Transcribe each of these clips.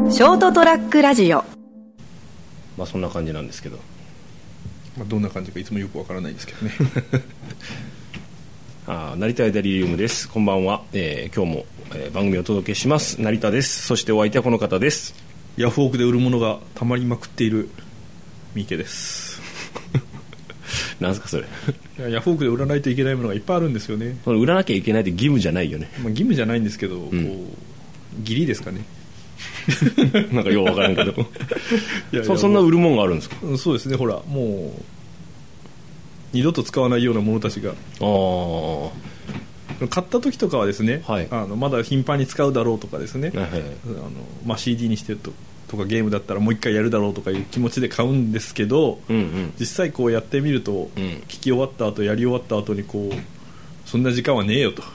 ショートトラックラジオ。 まあそんな感じなんですけど、 まあ、どんな感じかいつもよくわからないんですけどね成田デリリウムです。こんばんは。今日も、番組をお届けします。成田です。そしてお相手はこの方です。 ヤフオクで売るものがたまりまくっている三池ですなんすかそれヤフオクで売らないといけないものがいっぱいあるんですよね。 それ売らなきゃいけないって義務じゃないよね。 まあ、義務じゃないんですけど、こう義理ですかねなんかようわからんけどいやそんな売るもんがあるんですか。 そうですね。ほらもう二度と使わないようなものたちが買った時とかはですね、はい、まだ頻繁に使うだろうとかですね、はい、まあ、CD にしてるとかゲームだったらもう一回やるだろうとかいう気持ちで買うんですけど、うんうん、実際こうやってみると、聞き終わった後やり終わった後にこうそんな時間はねえよと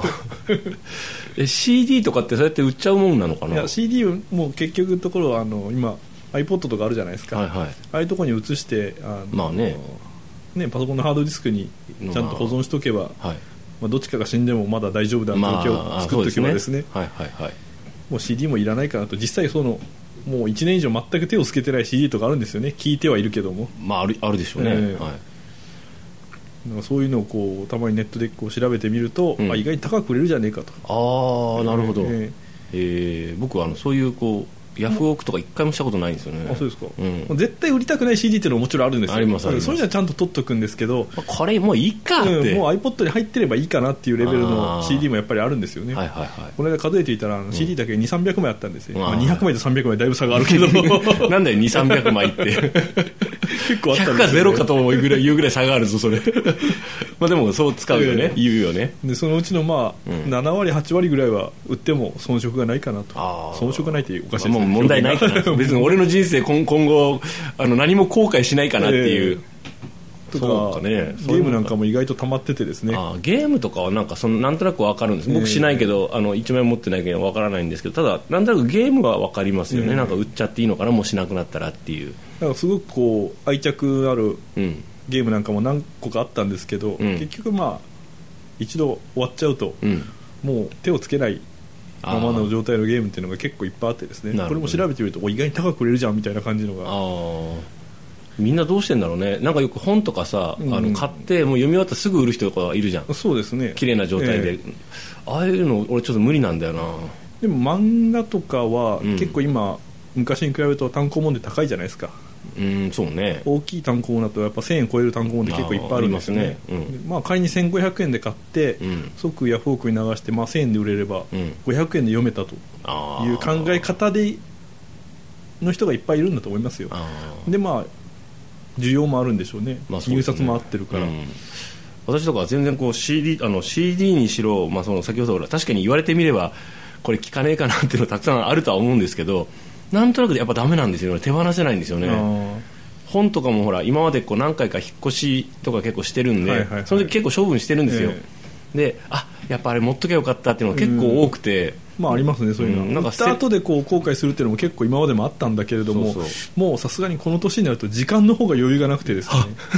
CD とかってそうやって売っちゃうもんなのかな。 いや CD も結局のところは今 iPod とかあるじゃないですか、はいはい、ああいうところに移してまあね、パソコンのハードディスクにちゃんと保存しとけば、はい、まあ、どっちかが死んでもまだ大丈夫だという気を作っておけばですね、はいはいはい、もう CD もいらないかなと。実際もう1年以上全く手をつけてない CD とかあるんですよね。聞いてはいるけども、 まあ、あるでしょうね、はい、 なんかそういうのをこうたまにネットでこう調べてみると、意外に高く売れるじゃねえかと。 ああ、なるほど。僕はそういうこうヤフオクとか一回もしたことないんですよね。 あ、そうですか、うん、絶対売りたくない CD っていうのはもちろんあるんですよ。 ありますあります。 そういうのはちゃんと取っとくんですけど、 これもういいかって、 もう iPod に入ってればいいかなっていうレベルの CD もやっぱりあるんですよね、はいはいはい、この間数えていたらCD だけ 2,300 枚あったんですよ、まあ、200枚と300枚だいぶ差があるけどなんだよ 2,300 枚って結構あったんですよ、ね、 100か0かというぐらい差があるぞそれまあでもそう使うよね、言うよね。でそのうちのまあ、7割8割ぐらいは売っても遜色がないかなと。遜色がないっておかしいですね、 もう問題ないかな別に俺の人生今後何も後悔しないかなっていう、 とかね、ゲームなんかも意外と溜まっててですね。 ゲームとかはなんかなんとなく分かるんです。僕しないけど、1枚持ってないけど分からないんですけど、ただなんとなくゲームは分かりますよね、なんか売っちゃっていいのかな、もうしなくなったらっていう。 なんかすごくこう愛着あるゲームなんかも何個かあったんですけど、結局まあ一度終わっちゃうと、もう手をつけないままの状態のゲームっていうのが結構いっぱいあってですね、これも調べてみると意外に高く売れるじゃんみたいな感じのが。 みんなどうしてんだろうね。なんかよく本とかさ、買ってもう読み終わったらすぐ売る人とかいるじゃん。 そうですね、 綺麗な状態で、ああいうの俺ちょっと無理なんだよな。 でも漫画とかは結構今、昔に比べると単行本で高いじゃないですか。 そうね、 大きい単行本だとやっぱ1000円超える単行本って結構いっぱいあるんですよね。まあ、仮に1500円で買って、即ヤフオクに流して、まあ、1000円で売れれば500円で読めたという考え方での人がいっぱいいるんだと思いますよ。でまあ需要もあるんでしょうね、入札も合ってるから、 私とかは全然こう CD にしろ、まあ、その先ほど確かに言われてみればこれ聞かねえかなっていうのたくさんあるとは思うんですけど、なんとなくやっぱダメなんですよね。手放せないんですよね。本とかもほら今までこう何回か引っ越しとか結構してるんで、その時結構処分してるんですよ、でやっぱあれ持っとけばよかったっていうのが結構多くて、 まあありますね、そういうの、なんかスタートでこう後悔するっていうのも結構今までもあったんだけれども、もうさすがにこの年になると時間の方が余裕がなくてですね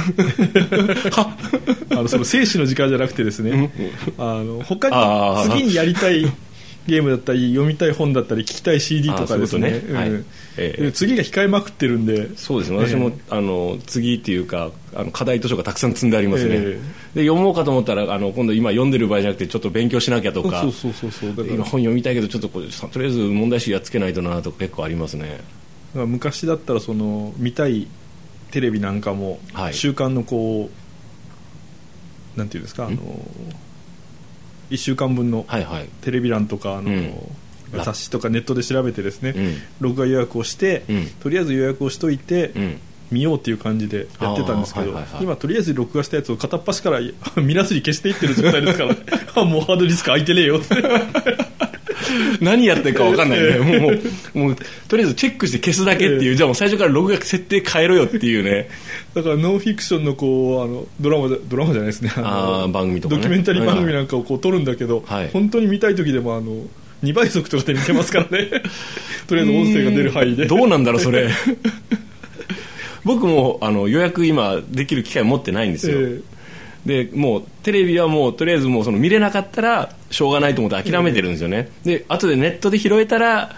その生死の時間じゃなくてですね、他に次にやりたいゲームだったり読みたい本だったり聞きたい CD とかですね、次が控えまくってるんで。 そうですね、私も、次っていうか課題図書がたくさん積んでありますね、で読もうかと思ったら今度今読んでる場合じゃなくてちょっと勉強しなきゃとか、だから今本読みたいけどちょっととりあえず問題集やっつけないとなとか結構ありますね。だから昔だったら見たいテレビなんかも、週刊のこうなんていうんですか、1週間分のテレビ欄とか雑誌とかネットで調べてですね、録画予約をして、とりあえず予約をしといて、見ようっていう感じでやってたんですけど、今とりあえず録画したやつを片っ端から見なすに消していってる状態ですからもうハードディスク空いてねえよって何やってるか分かんないね、もうとりあえずチェックして消すだけっていう、じゃあもう最初から録画設定変えろよっていうね。 だからノンフィクションのこうドラマじゃないですね、 番組とか、ね、 ドキュメンタリー番組なんかをこう撮るんだけど、本当に見たい時でも2倍速とかで見てますからねとりあえず音声が出る範囲で。 どうなんだろうそれ僕も予約今できる機会持ってないんですよ、でもうテレビはもうとりあえずもう見れなかったらしょうがないと思って諦めてるんですよね、で後でネットで拾えたら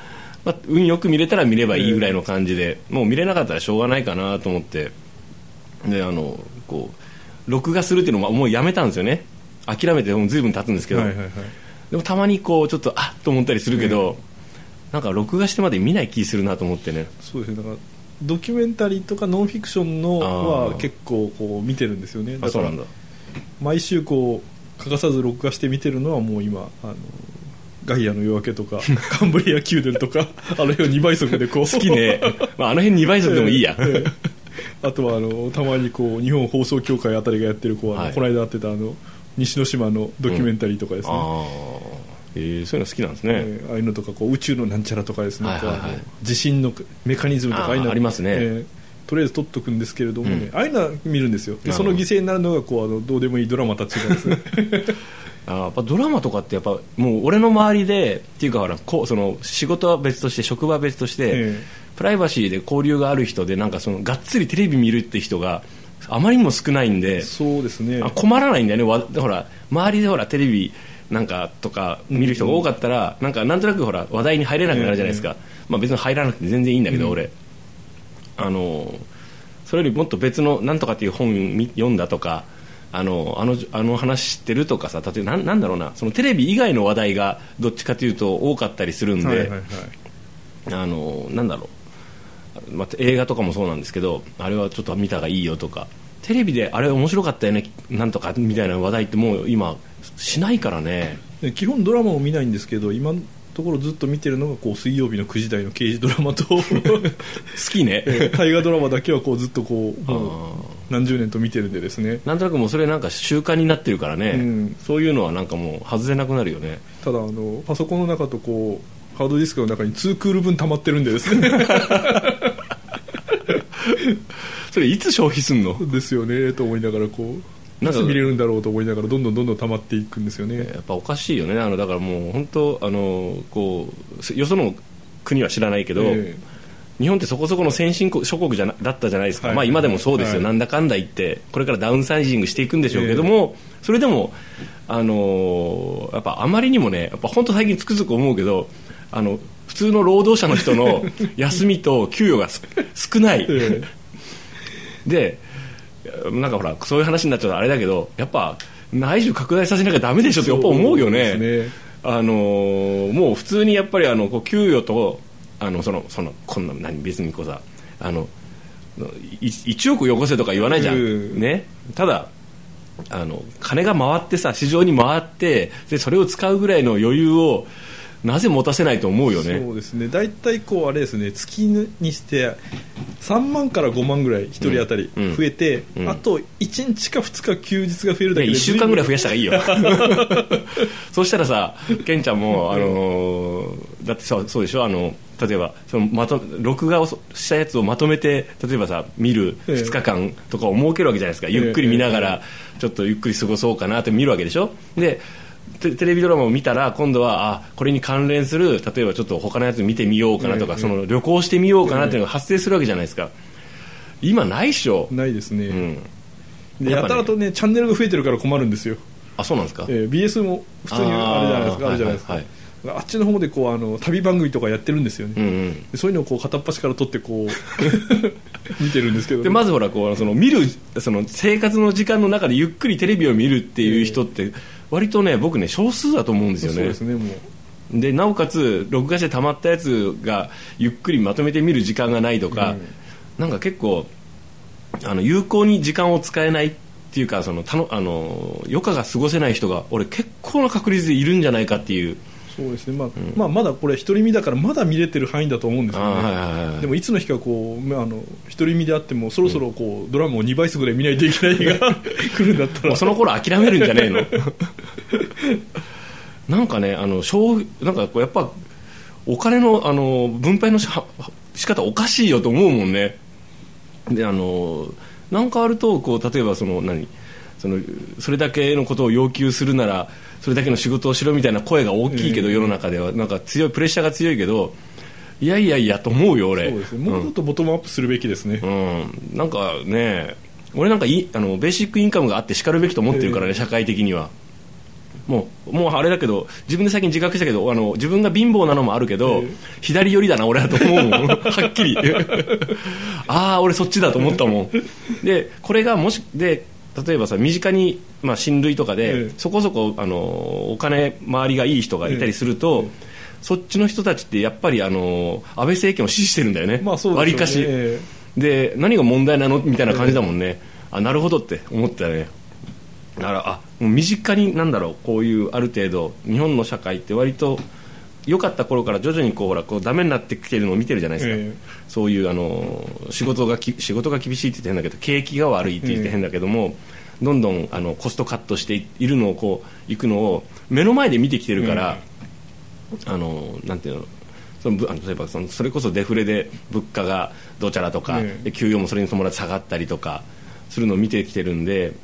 まあ、運よく見れたら見ればいいぐらいの感じで、もう見れなかったらしょうがないかなと思って、でこう録画するっていうのももうやめたんですよね。諦めてもう随分経つんですけど、でもたまにこうちょっとあっと思ったりするけど、なんか録画してまで見ない気するなと思ってね。 そうですね、だからドキュメンタリーとかノンフィクションのは結構こう見てるんですよね。だから毎週こう欠かさず録画して見てるのはもう今ガイアの夜明けとかカンブリア宮殿とかあの辺を2倍速でこう好きね、まあ、あの辺2倍速でもいいや、 あとはたまにこう日本放送協会あたりがやってるこの間会ってた西之島のドキュメンタリーとかですね、 そういうの好きなんですね、 ああいうのとかこう宇宙のなんちゃらとかですね、地震のメカニズムとか ありますね、 とりあえず撮っとくんですけれどもね、ああいうのは見るんですよ。でその犠牲になるのがこうどうでもいいドラマたちがですねやっぱドラマとかってやっぱもう俺の周りでっていうかほらその仕事は別として職場は別として、プライバシーで交流がある人でなんかそのがっつりテレビ見るって人があまりにも少ないんで、 そうですね、 困らないんだよね。ほら周りでほらテレビなんかとか見る人が多かったら、なんとなくほら話題に入れなくなるじゃないですか、まあ、別に入らなくて全然いいんだけど、俺それよりもっと別のなんとかっていう本読んだとかあの話知ってるとかさ、例えばなんだろうな、そのテレビ以外の話題がどっちかというと多かったりするんで、なんだろう、まあ、映画とかもそうなんですけど、あれはちょっと見た方がいいよとか、テレビであれ面白かったよねなんとかみたいな話題ってもう今しないからね。 基本ドラマを見ないんですけど、今のところずっと見てるのがこう水曜日の9時台の刑事ドラマと好きね大河ドラマだけはこうずっとこう何十年と見てるんでですね、 なんとなくもうそれなんか習慣になってるからね、そういうのはなんかもう外せなくなるよね。 ただパソコンの中とこうハードディスクの中に2クール分溜まってるんでですねそれいつ消費すんのですよねと思いながらこういつ見れるんだろうと思いながらどんどん溜まっていくんですよね。 やっぱおかしいよね。だからもう本当こうよその国は知らないけど、日本ってそこそこの先進諸国だったじゃないですか、まあ、今でもそうですよ、なんだかんだ言ってこれからダウンサイジングしていくんでしょうけども、それでもやっぱあまりにもね、やっぱ本当最近つくづく思うけど普通の労働者の人の休みと給与が少ないで、なんかほらそういう話になっちゃうとあれだけど、やっぱ内需拡大させなきゃダメでしょってやっぱ思うよね。もう普通にやっぱりこう給与とこんな別にこうさ1億よこせとか言わないじゃん、ね、ただ金が回ってさ、市場に回ってでそれを使うぐらいの余裕をなぜ持たせないと思うよね。 そうですね、大体こうあれですね、月にして3万から5万ぐらい1人当たり増えて、あと1日か2日休日が増えるだけで 1週間ぐらい増やした方がいいよそうしたらさ、ケンちゃんもだってそうでしょ、例えば録画をしたやつをまとめて例えばさ見る2日間とかを設けるわけじゃないですか、ゆっくり見ながらちょっとゆっくり過ごそうかなって見るわけでしょ。でテレビドラマを見たら今度はこれに関連する例えばちょっと他のやつ見てみようかなとか、その旅行してみようかなっていうのが発生するわけじゃないですか。今ないっしょ。 ないですね、でやたらとねチャンネルが増えてるから困るんですよ。 あ、そうなんですか。 BS も普通にあるじゃないですか、あっちの方でこう旅番組とかやってるんですよね、そういうのをこう片っ端から撮ってこう見てるんですけど、ね、 でまずほらこう見る生活の時間の中でゆっくりテレビを見るっていう人って割とね、僕ね少数だと思うんですよね。 そうですね、もうでなおかつ録画して溜まったやつがゆっくりまとめて見る時間がないとか、なんか結構有効に時間を使えないっていうか余暇が過ごせない人が俺結構な確率でいるんじゃないかっていう。 そうですね、まあ、まだこれ独り身だからまだ見れてる範囲だと思うんですよね、でもいつの日かこう独り身であってもそろそろこう、ドラマを2倍速で見ないといけない日が来るんだったらその頃諦めるんじゃねえのなんかねなんかこうやっぱお金の分配の仕方おかしいよと思うもんね。でなんかあるとこう例えばそれだけのことを要求するならそれだけの仕事をしろみたいな声が大きいけど、世の中ではなんか強いプレッシャーが強いけど、いやと思うよ俺。 そうですね、もうちょっとボトムアップするべきですね、 なんかね、俺なんかベーシックインカムがあってしかるべきと思ってるからね、社会的には。 もうあれだけど自分で最近自覚したけど自分が貧乏なのもあるけど、左寄りだな俺だと思うもんはっきりああ俺そっちだと思ったもんでこれがもしで例えばさ身近に、親類とかで、そこそこお金回りがいい人がいたりすると、そっちの人たちってやっぱり安倍政権を支持してるんだよね、わりかし、で何が問題なのみたいな感じだもんね、なるほどって思ったね。だからもう身近にこういうある程度日本の社会って割と良かった頃から徐々にこうダメになってきてるのを見てるじゃないですか、そういう仕事が厳しいって言って変だけど景気が悪いって言って変だけども、どんどんコストカットしているのを行くのを目の前で見てきてるから、なんていうの例えばそれこそデフレで物価がどちゃらとか、給与もそれに伴って下がったりとかするのを見てきてるんで、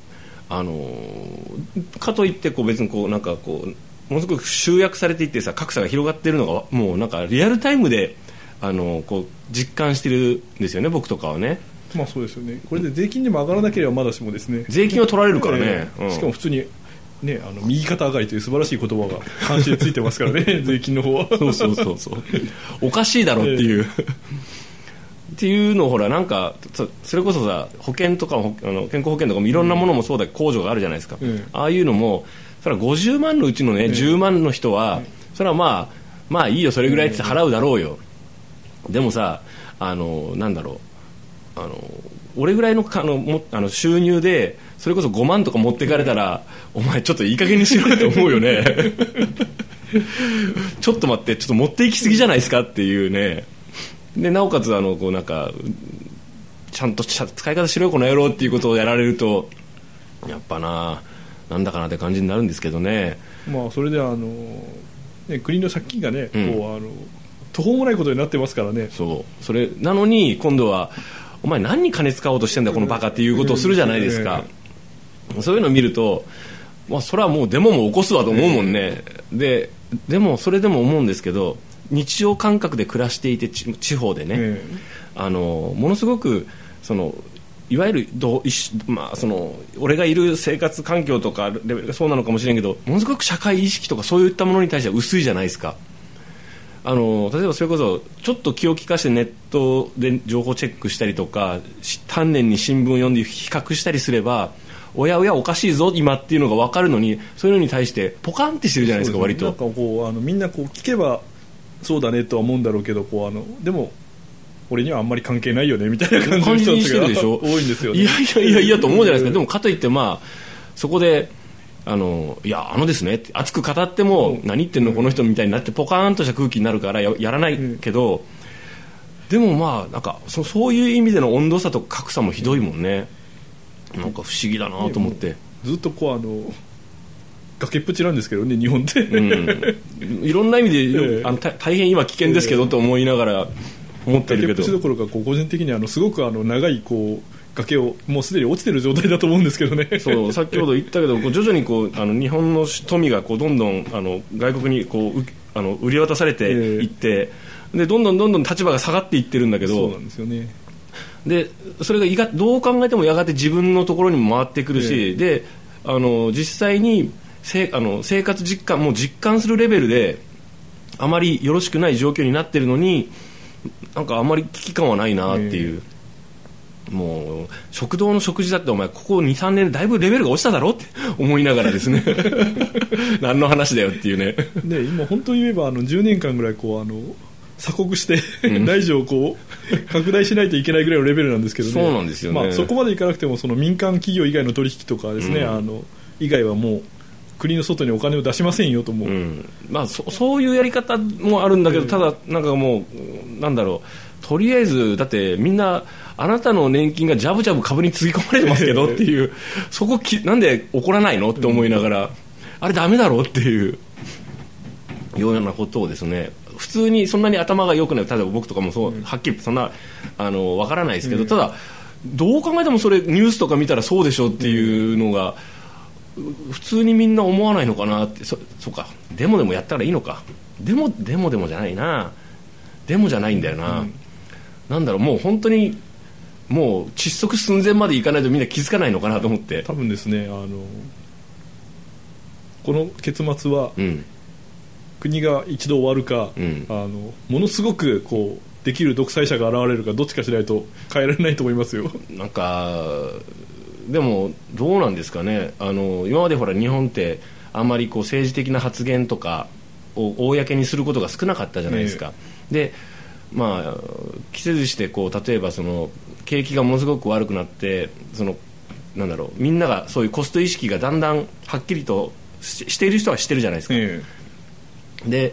かといって別にものすごく集約されていってさ格差が広がっているのがもうリアルタイムで実感してるんですよね、僕とかはね。 そうですよね。これで税金でも上がらなければまだしもですね、 税金は取られるからね、 しかも普通にね、右肩上がりという素晴らしい言葉が漢字でついてますからね税金の方はそうおかしいだろっていう、っていうのをそれこそさ保険とか健康保険とかもいろんなものもそうだけど控除があるじゃないですか、ああいうのもそれは50万のうちのね、10万の人は、それはまあいいよそれぐらいって払うだろうよ、でもさ俺ぐらいの収入でそれこそ5万とか持ってかれたら、お前ちょっといい加減にしろよって思うよねちょっと待って、ちょっと持っていきすぎじゃないですかっていうね。でなおかつちゃんと使い方しろよこの野郎っていうことをやられると、やっぱなんだかなって感じになるんですけどね。 それで国の借金がね、途方もないことになってますからね。それなのに今度はお前何に金使おうとしてんだこのバカっていうことをするじゃないですか、そういうのを見ると、それはもうデモも起こすわと思うもんね、でもそれでも思うんですけど、日常感覚で暮らしていて地方でね、ものすごくいわゆる俺がいる生活環境とかレベルがそうなのかもしれんけど、ものすごく社会意識とかそういったものに対しては薄いじゃないですか。例えばそれこそちょっと気を利かしてネットで情報チェックしたりとか、丹念に新聞を読んで比較したりすれば、おやおかしいぞ今っていうのが分かるのに、そういうのに対してポカンってしてるじゃないですか。割とみんな聞けばそうだねとは思うんだろうけど、でも俺にはあんまり関係ないよねみたいな感じの人たちが多いんですよね。 いやと思うじゃないですか。でもかといってそこでですねって熱く語っても、何言ってんのこの人みたいになってポカーンとした空気になるから やらないけど、でもそういう意味での温度差と格差もひどいもんね。不思議だなと思って、 ずっと崖っぷちなんですけどね日本って、 いろんな意味で、大変今危険ですけどと思いながら思ってるけど、 崖っぷちどころか個人的にはすごく長い崖をもうすでに落ちてる状態だと思うんですけどね。 そう先ほど言ったけど徐々に日本の富がどんどん外国に売り渡されていって、でどんどん立場が下がっていってるんだけど、 そうなんですよね。 でそれがどう考えてもやがて自分のところにも回ってくるし、で実際に生活実感も実感するレベルであまりよろしくない状況になってるのに、あまり危機感はないなっていう、もう食堂の食事だってお前ここ 2,3 年でだいぶレベルが落ちただろって思いながらですね何の話だよっていうね。 で今本当に言えば10年間ぐらい鎖国して内需を拡大しないといけないぐらいのレベルなんですけどね。 そうなんですよね。 そこまでいかなくても民間企業以外の取引とかですね、以外はもう国の外にお金を出しませんよとも、 そういうやり方もあるんだけど、ただもうとりあえずだってみんなあなたの年金がジャブジャブ株につぎ込まれてますけどっていうそこなんで怒らないのって思いながら、あれダメだろっていうようなことをですね、普通にそんなに頭が良くない、例えば僕とかもそう、はっきりそんなわからないですけど、ただどう考えてもそれニュースとか見たらそうでしょっていうのが普通にみんな思わないのかなって。そうか、デモでもやったらいいのか。デモじゃないな、デモじゃないんだよな、もう本当にもう窒息寸前までいかないとみんな気づかないのかなと思って。 多分ですねこの結末は、国が一度終わるか、ものすごくこうできる独裁者が現れるか、どっちかしないと変えられないと思いますよ。 なんかでもどうなんですかね。今までほら日本ってあんまりこう政治的な発言とかを公にすることが少なかったじゃないですか。でまあ期せずしてこう例えばその景気がものすごく悪くなって、そのなんだろう、みんながそういうコスト意識がだんだんはっきりとしている人はしてるじゃないですか。で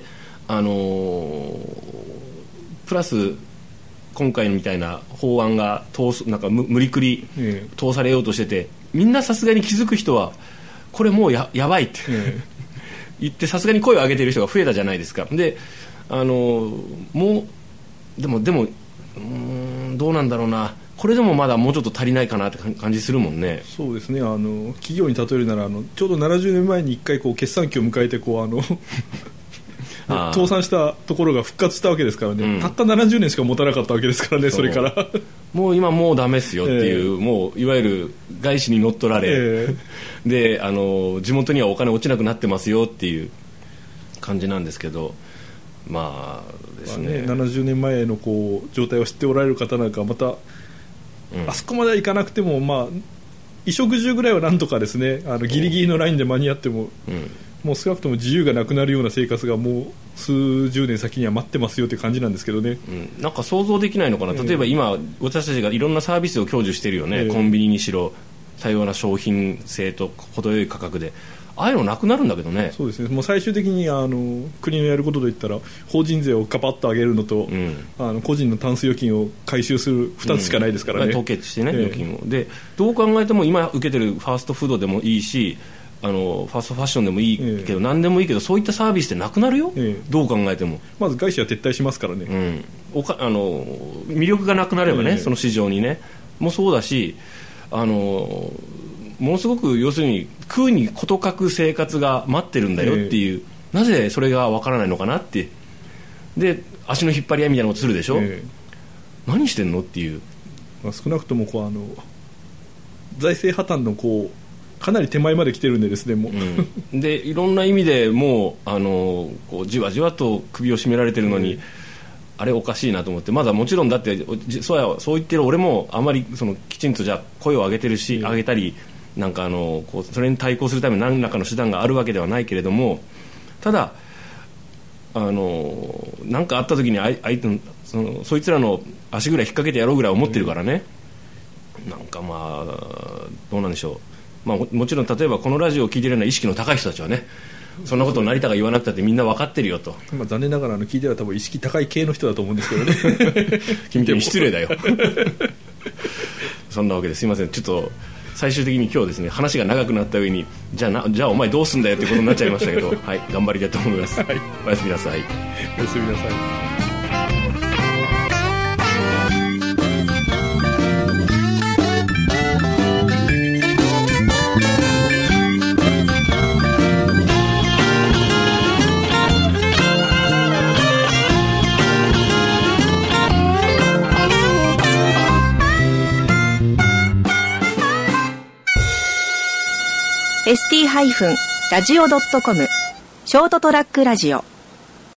プラス今回みたいな法案がなんか無理くり通されようとしてて、みんなさすがに気づく人はこれもう やばいって言ってさすがに声を上げている人が増えたじゃないですか。でもうでもどうなんだろうな、これでもまだもうちょっと足りないかなって感じするもんね。 そうですね。企業に例えるならちょうど70年前に1回こう決算期を迎えてこう倒産したところが復活したわけですからね、たった70年しか持たなかったわけですからね。それからもう今もうダメですよっていう、もういわゆる外資に乗っ取られ、で地元にはお金落ちなくなってますよっていう感じなんですけど、まあですね、 70年前のこう状態を知っておられる方なんかまた、あそこまではいかなくても、まあ、衣食住ぐらいはなんとかですね、ギリギリのラインで間に合っても、もう少なくとも自由がなくなるような生活がもう数十年先には待ってますよという感じなんですけどね。 なんか想像できないのかな。例えば今私たちがいろんなサービスを享受しているよね、コンビニにしろ多様な商品性と程よい価格で、ああいうのなくなるんだけどね。 そうですね。もう最終的に国のやることといったら法人税をガパッと上げるのと、個人のタンス預金を回収する2つしかないですからね。 凍結してね、預金を。でどう考えても今受けてるファーストフードでもいいし、ファーストファッションでもいいけど、何でもいいけどそういったサービスってなくなるよ、どう考えても。まず外資は撤退しますからね、 魅力がなくなればね、その市場にねもそうだし、ものすごく要するに空に事欠く生活が待ってるんだよっていう、なぜそれがわからないのかなって。で足の引っ張り合いみたいなことするでしょ、何してんのっていう、 少なくともこう財政破綻のこうかなり手前まで来てるんでですね、もう、でいろんな意味でもうこうじわじわと首を絞められてるのに、あれおかしいなと思って。まだもちろんだってそう言ってる俺もあまりきちんとじゃあ声を上げてるし、上げたりなんかこうそれに対抗するために何らかの手段があるわけではないけれども、ただなんかあった時にそいつらの足ぐらい引っ掛けてやろうぐらい思ってるからね、なんかまあどうなんでしょう。もちろん例えばこのラジオを聞いているような意識の高い人たちはね、そんなことを成田が言わなくたってみんな分かってるよと。 残念ながら聞いてるのは多分意識高い系の人だと思うんですけどね君に失礼だよそんなわけですいません。ちょっと最終的に今日ですね、話が長くなった上にじゃあお前どうすんだよってことになっちゃいましたけどはい、頑張りたいと思います、おやすみなさい。 おやすみなさい。 ST-radio.com ショートトラックラジオ